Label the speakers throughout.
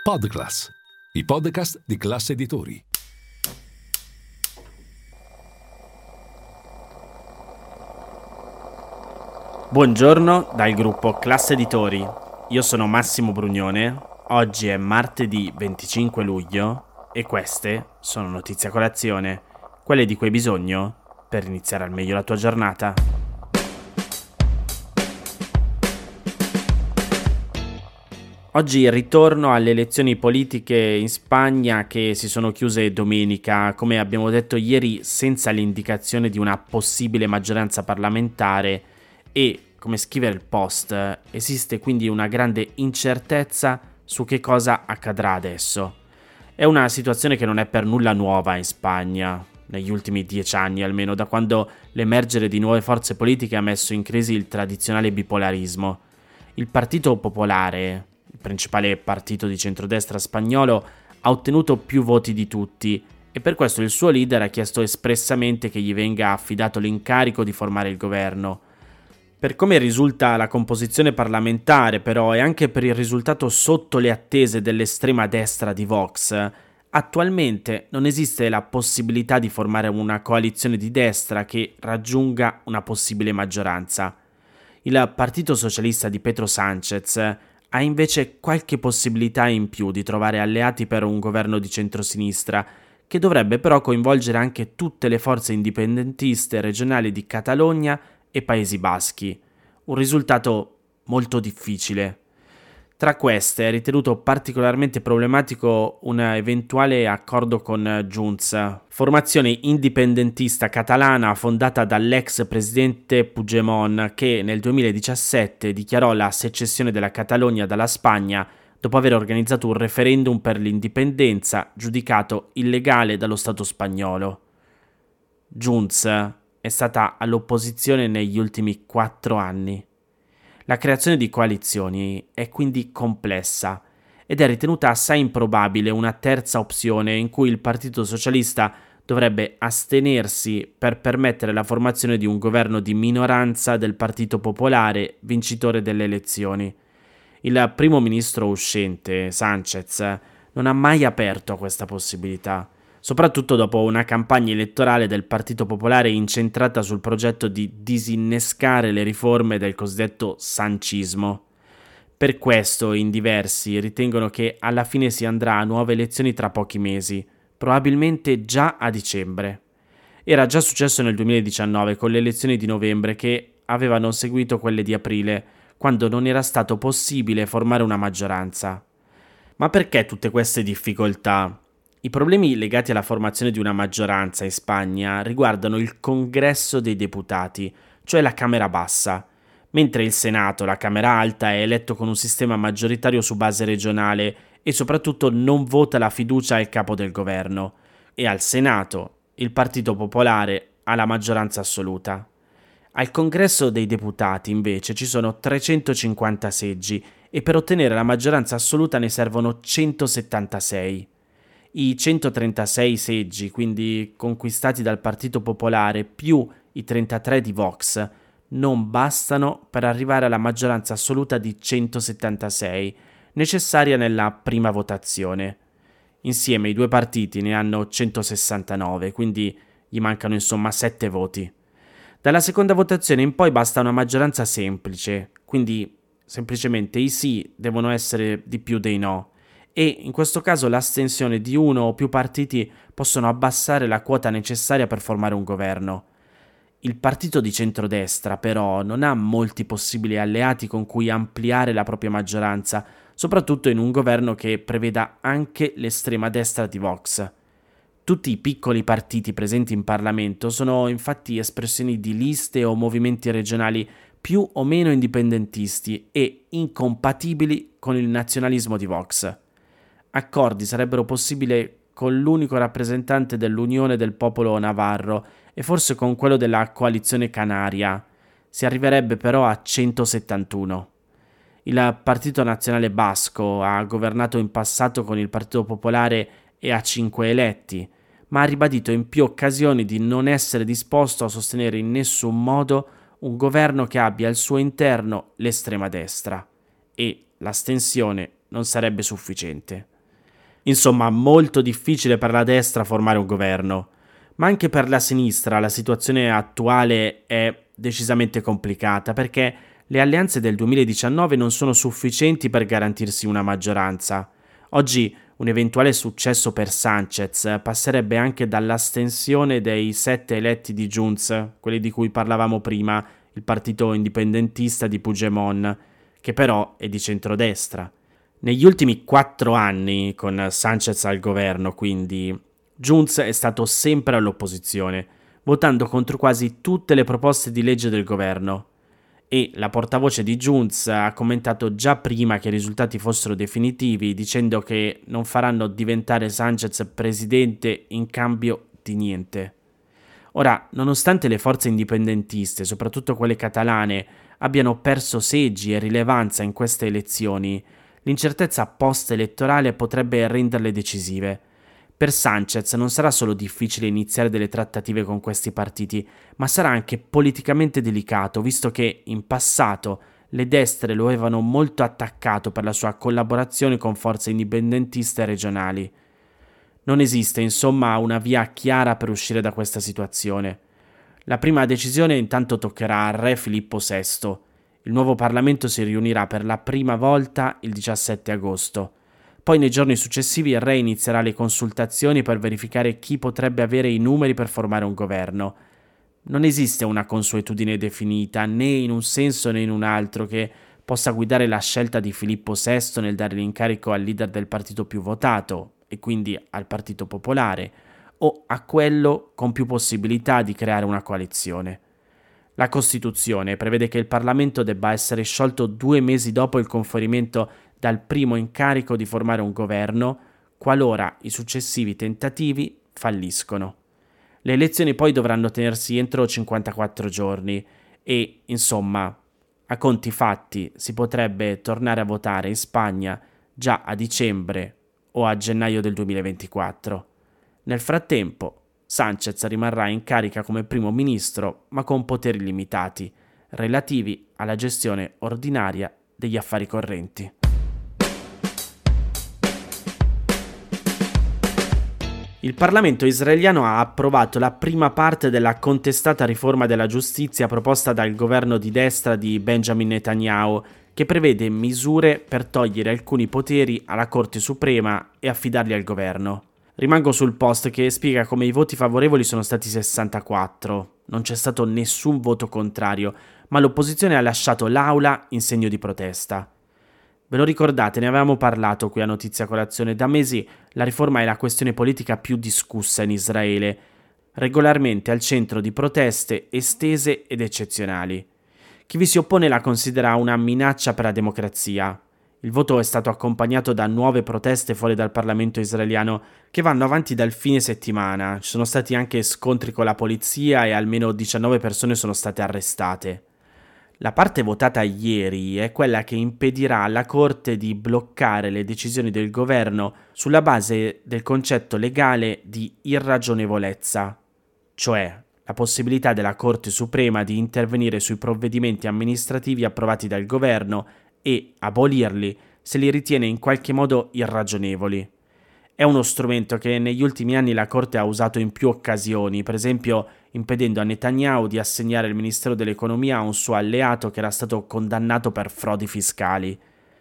Speaker 1: Podclass, i podcast di Classe Editori.
Speaker 2: Buongiorno dal gruppo Classe Editori. Io sono Massimo Brugnone. Oggi è martedì 25 luglio e queste sono notizie a colazione, quelle di cui hai bisogno per iniziare al meglio la tua giornata. Oggi ritorno alle elezioni politiche in Spagna che si sono chiuse domenica, come abbiamo detto ieri, senza l'indicazione di una possibile maggioranza parlamentare e, come scrive il Post, esiste quindi una grande incertezza su che cosa accadrà adesso. È una situazione che non è per nulla nuova in Spagna, negli ultimi 10 anni almeno, da quando l'emergere di nuove forze politiche ha messo in crisi il tradizionale bipolarismo. Il Partito Popolare, il principale partito di centrodestra spagnolo, ha ottenuto più voti di tutti e per questo il suo leader ha chiesto espressamente che gli venga affidato l'incarico di formare il governo. Per come risulta la composizione parlamentare, però, e anche per il risultato sotto le attese dell'estrema destra di Vox, attualmente non esiste la possibilità di formare una coalizione di destra che raggiunga una possibile maggioranza. Il Partito Socialista di Pedro Sánchez ha invece qualche possibilità in più di trovare alleati per un governo di centrosinistra, che dovrebbe però coinvolgere anche tutte le forze indipendentiste regionali di Catalogna e Paesi Baschi. Un risultato molto difficile. Tra queste è ritenuto particolarmente problematico un eventuale accordo con Junts, formazione indipendentista catalana fondata dall'ex presidente Puigdemont, che nel 2017 dichiarò la secessione della Catalogna dalla Spagna dopo aver organizzato un referendum per l'indipendenza giudicato illegale dallo Stato spagnolo. Junts è stata all'opposizione negli ultimi 4 anni. La creazione di coalizioni è quindi complessa ed è ritenuta assai improbabile una terza opzione in cui il Partito Socialista dovrebbe astenersi per permettere la formazione di un governo di minoranza del Partito Popolare vincitore delle elezioni. Il primo ministro uscente, Sánchez, non ha mai aperto a questa possibilità, soprattutto dopo una campagna elettorale del Partito Popolare incentrata sul progetto di disinnescare le riforme del cosiddetto sancismo. Per questo in diversi ritengono che alla fine si andrà a nuove elezioni tra pochi mesi, probabilmente già a dicembre. Era già successo nel 2019 con le elezioni di novembre che avevano seguito quelle di aprile, quando non era stato possibile formare una maggioranza. Ma perché tutte queste difficoltà? I problemi legati alla formazione di una maggioranza in Spagna riguardano il Congresso dei Deputati, cioè la Camera Bassa, mentre il Senato, la Camera Alta, è eletto con un sistema maggioritario su base regionale e soprattutto non vota la fiducia al capo del governo. E al Senato il Partito Popolare ha la maggioranza assoluta. Al Congresso dei Deputati, invece, ci sono 350 seggi e per ottenere la maggioranza assoluta ne servono 176. I 136 seggi, quindi conquistati dal Partito Popolare, più i 33 di Vox, non bastano per arrivare alla maggioranza assoluta di 176, necessaria nella prima votazione. Insieme i due partiti ne hanno 169, quindi gli mancano insomma 7 voti. Dalla seconda votazione in poi basta una maggioranza semplice, quindi semplicemente i sì devono essere di più dei no. E in questo caso l'astensione di uno o più partiti possono abbassare la quota necessaria per formare un governo. Il partito di centrodestra però non ha molti possibili alleati con cui ampliare la propria maggioranza, soprattutto in un governo che preveda anche l'estrema destra di Vox. Tutti i piccoli partiti presenti in Parlamento sono infatti espressioni di liste o movimenti regionali più o meno indipendentisti e incompatibili con il nazionalismo di Vox. Accordi sarebbero possibili con l'unico rappresentante dell'Unione del Popolo Navarro e forse con quello della coalizione canaria. Si arriverebbe però a 171. Il Partito Nazionale Basco ha governato in passato con il Partito Popolare e ha 5 eletti, ma ha ribadito in più occasioni di non essere disposto a sostenere in nessun modo un governo che abbia al suo interno l'estrema destra, e l'astensione non sarebbe sufficiente. Insomma, molto difficile per la destra formare un governo, ma anche per la sinistra la situazione attuale è decisamente complicata perché le alleanze del 2019 non sono sufficienti per garantirsi una maggioranza. Oggi un eventuale successo per Sánchez passerebbe anche dall'astensione dei 7 eletti di Junts, quelli di cui parlavamo prima, il partito indipendentista di Puigdemont, che però è di centrodestra. Negli ultimi 4 anni, con Sánchez al governo, quindi, Junts è stato sempre all'opposizione, votando contro quasi tutte le proposte di legge del governo. E la portavoce di Junts ha commentato già prima che i risultati fossero definitivi, dicendo che non faranno diventare Sánchez presidente in cambio di niente. Ora, nonostante le forze indipendentiste, soprattutto quelle catalane, abbiano perso seggi e rilevanza in queste elezioni, l'incertezza post-elettorale potrebbe renderle decisive. Per Sánchez non sarà solo difficile iniziare delle trattative con questi partiti, ma sarà anche politicamente delicato, visto che in passato le destre lo avevano molto attaccato per la sua collaborazione con forze indipendentiste regionali. Non esiste, insomma, una via chiara per uscire da questa situazione. La prima decisione intanto toccherà al re Filippo VI. Il nuovo Parlamento si riunirà per la prima volta il 17 agosto. Poi nei giorni successivi il re inizierà le consultazioni per verificare chi potrebbe avere i numeri per formare un governo. Non esiste una consuetudine definita, né in un senso né in un altro, che possa guidare la scelta di Filippo VI nel dare l'incarico al leader del partito più votato, e quindi al Partito Popolare, o a quello con più possibilità di creare una coalizione. La Costituzione prevede che il Parlamento debba essere sciolto 2 mesi dopo il conferimento dal primo incarico di formare un governo, qualora i successivi tentativi falliscono. Le elezioni poi dovranno tenersi entro 54 giorni e, insomma, a conti fatti si potrebbe tornare a votare in Spagna già a dicembre o a gennaio del 2024. Nel frattempo, Sánchez rimarrà in carica come primo ministro, ma con poteri limitati, relativi alla gestione ordinaria degli affari correnti. Il Parlamento israeliano ha approvato la prima parte della contestata riforma della giustizia proposta dal governo di destra di Benjamin Netanyahu, che prevede misure per togliere alcuni poteri alla Corte Suprema e affidarli al governo. Rimango sul post che spiega come i voti favorevoli sono stati 64, non c'è stato nessun voto contrario, ma l'opposizione ha lasciato l'aula in segno di protesta. Ve lo ricordate, ne avevamo parlato qui a Notizia Colazione, da mesi la riforma è la questione politica più discussa in Israele, regolarmente al centro di proteste estese ed eccezionali. Chi vi si oppone la considera una minaccia per la democrazia. Il voto è stato accompagnato da nuove proteste fuori dal Parlamento israeliano che vanno avanti dal fine settimana. Ci sono stati anche scontri con la polizia e almeno 19 persone sono state arrestate. La parte votata ieri è quella che impedirà alla Corte di bloccare le decisioni del governo sulla base del concetto legale di irragionevolezza, cioè la possibilità della Corte Suprema di intervenire sui provvedimenti amministrativi approvati dal governo e abolirli se li ritiene in qualche modo irragionevoli. È uno strumento che negli ultimi anni la Corte ha usato in più occasioni, per esempio impedendo a Netanyahu di assegnare il Ministero dell'Economia a un suo alleato che era stato condannato per frodi fiscali.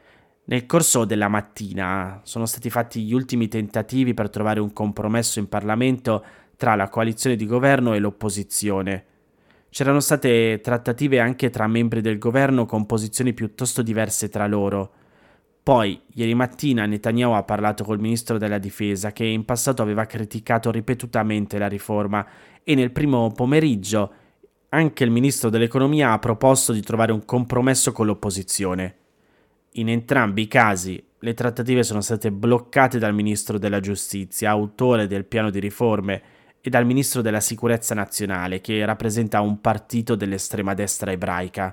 Speaker 2: Nel corso della mattina sono stati fatti gli ultimi tentativi per trovare un compromesso in Parlamento tra la coalizione di governo e l'opposizione. C'erano state trattative anche tra membri del governo con posizioni piuttosto diverse tra loro. Poi, ieri mattina, Netanyahu ha parlato col ministro della difesa, che in passato aveva criticato ripetutamente la riforma, e nel primo pomeriggio anche il ministro dell'economia ha proposto di trovare un compromesso con l'opposizione. In entrambi i casi, le trattative sono state bloccate dal ministro della giustizia, autore del piano di riforme, e dal ministro della sicurezza nazionale, che rappresenta un partito dell'estrema destra ebraica.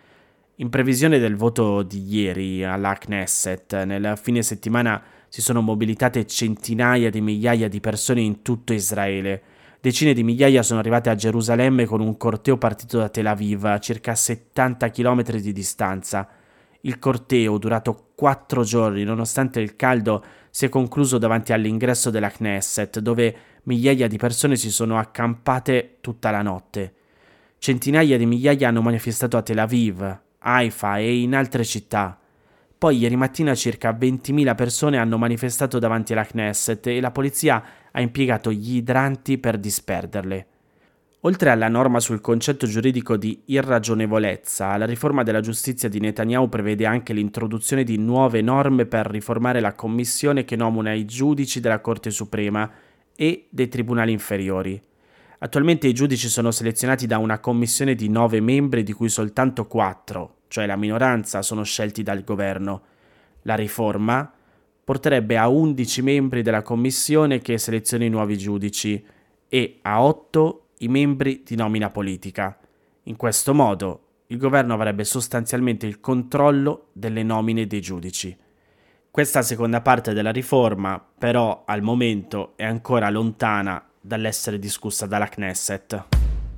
Speaker 2: In previsione del voto di ieri alla Knesset, nel fine settimana si sono mobilitate centinaia di migliaia di persone in tutto Israele. Decine di migliaia sono arrivate a Gerusalemme con un corteo partito da Tel Aviv, a circa 70 km di distanza. Il corteo, durato 4 giorni, nonostante il caldo, si è concluso davanti all'ingresso della Knesset, dove migliaia di persone si sono accampate tutta la notte. Centinaia di migliaia hanno manifestato a Tel Aviv, Haifa e in altre città. Poi ieri mattina circa 20.000 persone hanno manifestato davanti alla Knesset e la polizia ha impiegato gli idranti per disperderle. Oltre alla norma sul concetto giuridico di irragionevolezza, la riforma della giustizia di Netanyahu prevede anche l'introduzione di nuove norme per riformare la commissione che nomina i giudici della Corte Suprema e dei tribunali inferiori. Attualmente i giudici sono selezionati da una commissione di 9 membri, di cui soltanto 4, cioè la minoranza, sono scelti dal governo. La riforma porterebbe a 11 membri della commissione che seleziona i nuovi giudici e a 8 i membri di nomina politica. In questo modo il governo avrebbe sostanzialmente il controllo delle nomine dei giudici. Questa seconda parte della riforma, però, al momento è ancora lontana dall'essere discussa dalla Knesset.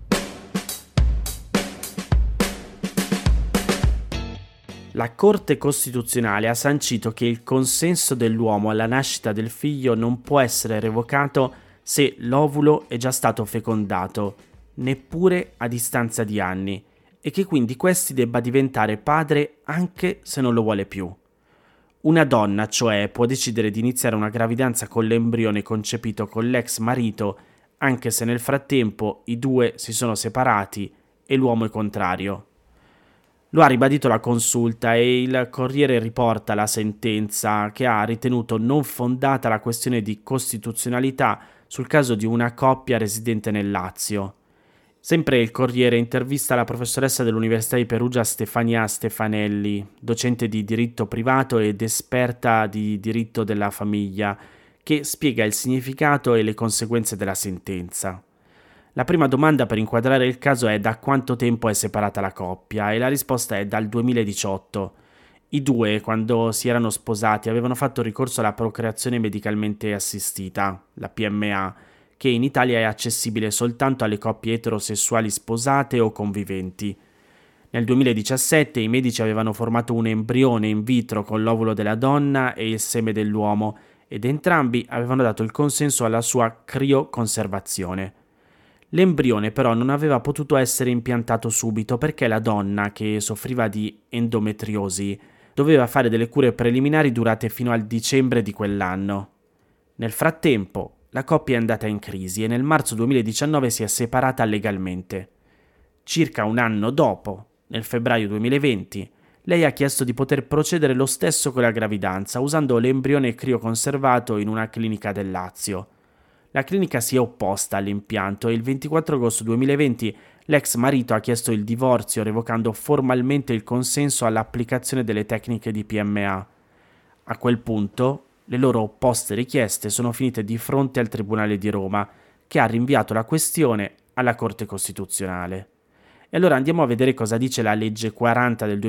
Speaker 2: La Corte Costituzionale ha sancito che il consenso dell'uomo alla nascita del figlio non può essere revocato se l'ovulo è già stato fecondato, neppure a distanza di anni, e che quindi questi debba diventare padre anche se non lo vuole più. Una donna, cioè, può decidere di iniziare una gravidanza con l'embrione concepito con l'ex marito, anche se nel frattempo i due si sono separati e l'uomo è contrario. Lo ha ribadito la consulta e il Corriere riporta la sentenza che ha ritenuto non fondata la questione di costituzionalità sul caso di una coppia residente nel Lazio. Sempre il Corriere intervista la professoressa dell'Università di Perugia Stefania Stefanelli, docente di diritto privato ed esperta di diritto della famiglia, che spiega il significato e le conseguenze della sentenza. La prima domanda per inquadrare il caso è da quanto tempo è separata la coppia e la risposta è dal 2018. I due, quando si erano sposati, avevano fatto ricorso alla procreazione medicalmente assistita, la PMA, che in Italia è accessibile soltanto alle coppie eterosessuali sposate o conviventi. Nel 2017 i medici avevano formato un embrione in vitro con l'ovulo della donna e il seme dell'uomo ed entrambi avevano dato il consenso alla sua crioconservazione. L'embrione però non aveva potuto essere impiantato subito perché la donna, che soffriva di endometriosi, doveva fare delle cure preliminari durate fino al dicembre di quell'anno. Nel frattempo la coppia è andata in crisi e nel marzo 2019 si è separata legalmente. Circa un anno dopo, nel febbraio 2020, lei ha chiesto di poter procedere lo stesso con la gravidanza usando l'embrione crioconservato in una clinica del Lazio. La clinica si è opposta all'impianto e il 24 agosto 2020 l'ex marito ha chiesto il divorzio revocando formalmente il consenso all'applicazione delle tecniche di PMA. A quel punto le loro opposte richieste sono finite di fronte al Tribunale di Roma, che ha rinviato la questione alla Corte Costituzionale. E allora andiamo a vedere cosa dice la legge 40 del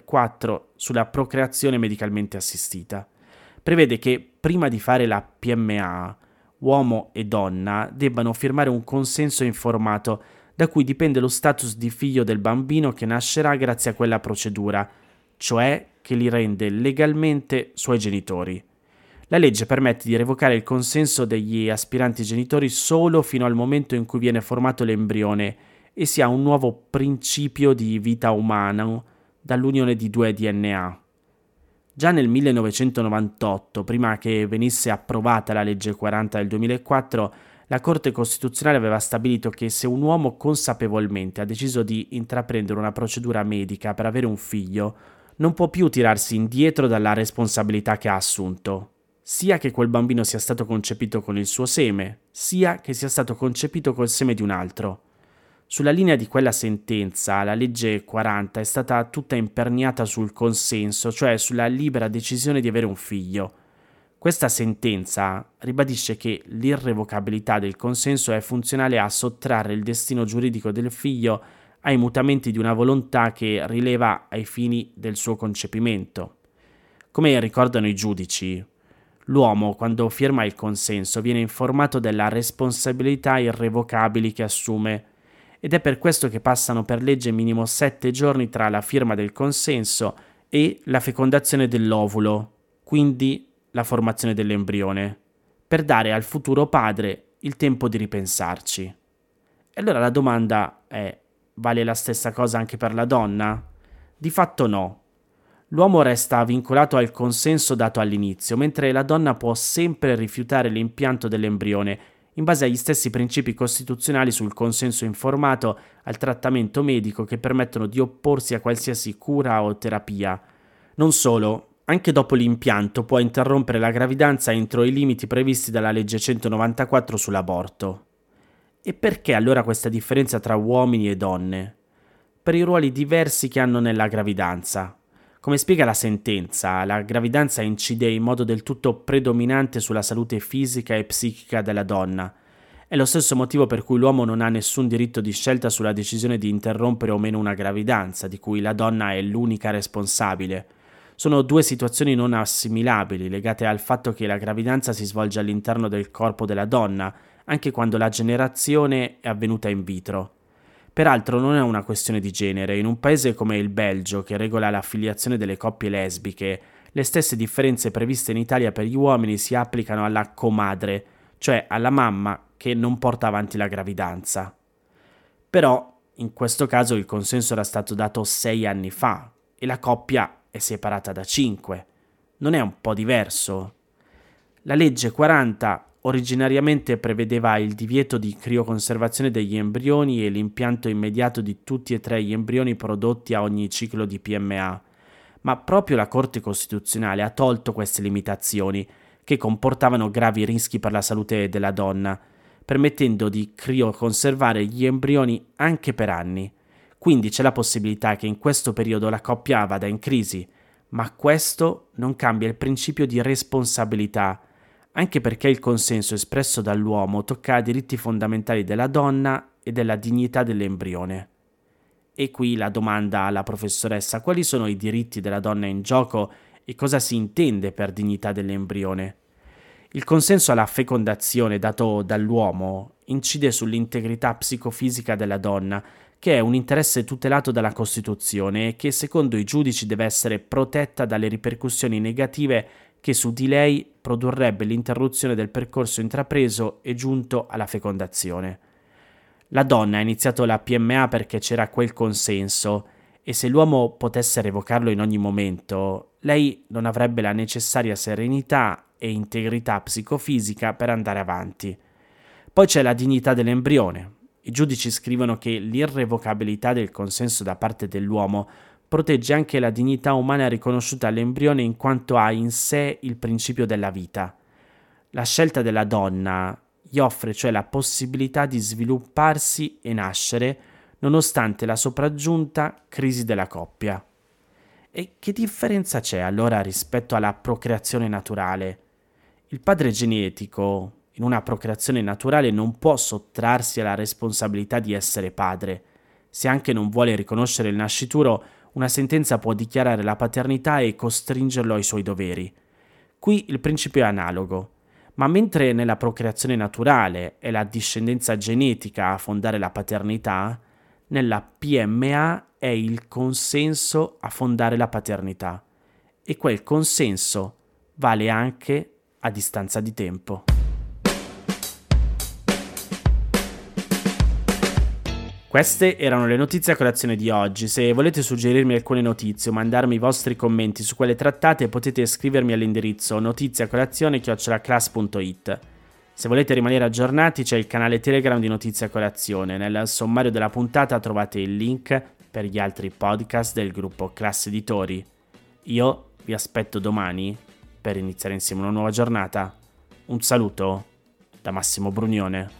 Speaker 2: 2004 sulla procreazione medicalmente assistita. Prevede che prima di fare la PMA, uomo e donna debbano firmare un consenso informato da cui dipende lo status di figlio del bambino che nascerà grazie a quella procedura, cioè che li rende legalmente suoi genitori. La legge permette di revocare il consenso degli aspiranti genitori solo fino al momento in cui viene formato l'embrione e si ha un nuovo principio di vita umana dall'unione di due DNA. Già nel 1998, prima che venisse approvata la legge 40 del 2004, la Corte Costituzionale aveva stabilito che se un uomo consapevolmente ha deciso di intraprendere una procedura medica per avere un figlio, non può più tirarsi indietro dalla responsabilità che ha assunto, sia che quel bambino sia stato concepito con il suo seme, sia che sia stato concepito col seme di un altro. Sulla linea di quella sentenza, la legge 40 è stata tutta imperniata sul consenso, cioè sulla libera decisione di avere un figlio. Questa sentenza ribadisce che l'irrevocabilità del consenso è funzionale a sottrarre il destino giuridico del figlio ai mutamenti di una volontà che rileva ai fini del suo concepimento. Come ricordano i giudici, l'uomo, quando firma il consenso, viene informato della responsabilità irrevocabili che assume ed è per questo che passano per legge minimo 7 giorni tra la firma del consenso e la fecondazione dell'ovulo, quindi la formazione dell'embrione, per dare al futuro padre il tempo di ripensarci. E allora la domanda è: vale la stessa cosa anche per la donna? Di fatto no. L'uomo resta vincolato al consenso dato all'inizio, mentre la donna può sempre rifiutare l'impianto dell'embrione in base agli stessi principi costituzionali sul consenso informato al trattamento medico che permettono di opporsi a qualsiasi cura o terapia. Non solo, anche dopo l'impianto può interrompere la gravidanza entro i limiti previsti dalla legge 194 sull'aborto. E perché allora questa differenza tra uomini e donne? Per i ruoli diversi che hanno nella gravidanza. Come spiega la sentenza, la gravidanza incide in modo del tutto predominante sulla salute fisica e psichica della donna. È lo stesso motivo per cui l'uomo non ha nessun diritto di scelta sulla decisione di interrompere o meno una gravidanza, di cui la donna è l'unica responsabile. Sono due situazioni non assimilabili, legate al fatto che la gravidanza si svolge all'interno del corpo della donna, anche quando la generazione è avvenuta in vitro. Peraltro non è una questione di genere. In un paese come il Belgio, che regola l'affiliazione delle coppie lesbiche, le stesse differenze previste in Italia per gli uomini si applicano alla comadre, cioè alla mamma che non porta avanti la gravidanza. Però, in questo caso il consenso era stato dato 6 anni fa e la coppia è separata da 5. Non è un po' diverso? La legge 40 originariamente prevedeva il divieto di crioconservazione degli embrioni e l'impianto immediato di tutti e 3 gli embrioni prodotti a ogni ciclo di PMA, ma proprio la Corte Costituzionale ha tolto queste limitazioni, che comportavano gravi rischi per la salute della donna, permettendo di crioconservare gli embrioni anche per anni. Quindi c'è la possibilità che in questo periodo la coppia vada in crisi, ma questo non cambia il principio di responsabilità, anche perché il consenso espresso dall'uomo tocca a diritti fondamentali della donna e della dignità dell'embrione. E qui la domanda alla professoressa: quali sono i diritti della donna in gioco e cosa si intende per dignità dell'embrione? Il consenso alla fecondazione dato dall'uomo incide sull'integrità psicofisica della donna, che è un interesse tutelato dalla Costituzione e che secondo i giudici deve essere protetta dalle ripercussioni negative che su di lei produrrebbe l'interruzione del percorso intrapreso e giunto alla fecondazione. La donna ha iniziato la PMA perché c'era quel consenso e se l'uomo potesse revocarlo in ogni momento, lei non avrebbe la necessaria serenità e integrità psicofisica per andare avanti. Poi c'è la dignità dell'embrione. I giudici scrivono che l'irrevocabilità del consenso da parte dell'uomo protegge anche la dignità umana riconosciuta all'embrione in quanto ha in sé il principio della vita. La scelta della donna gli offre cioè la possibilità di svilupparsi e nascere nonostante la sopraggiunta crisi della coppia. E che differenza c'è allora rispetto alla procreazione naturale? Il padre genetico in una procreazione naturale non può sottrarsi alla responsabilità di essere padre. Se anche non vuole riconoscere il nascituro, una sentenza può dichiarare la paternità e costringerlo ai suoi doveri. Qui il principio è analogo, ma mentre nella procreazione naturale è la discendenza genetica a fondare la paternità, nella PMA è il consenso a fondare la paternità, e quel consenso vale anche a distanza di tempo. Queste erano le notizie a colazione di oggi. Se volete suggerirmi alcune notizie o mandarmi i vostri commenti su quelle trattate, potete scrivermi all'indirizzo notiziacolazione@class.it. Se volete rimanere aggiornati c'è il canale Telegram di Notizie a Colazione. Nel sommario della puntata trovate il link per gli altri podcast del gruppo Class Editori. Io vi aspetto domani per iniziare insieme una nuova giornata. Un saluto da Massimo Brugnone.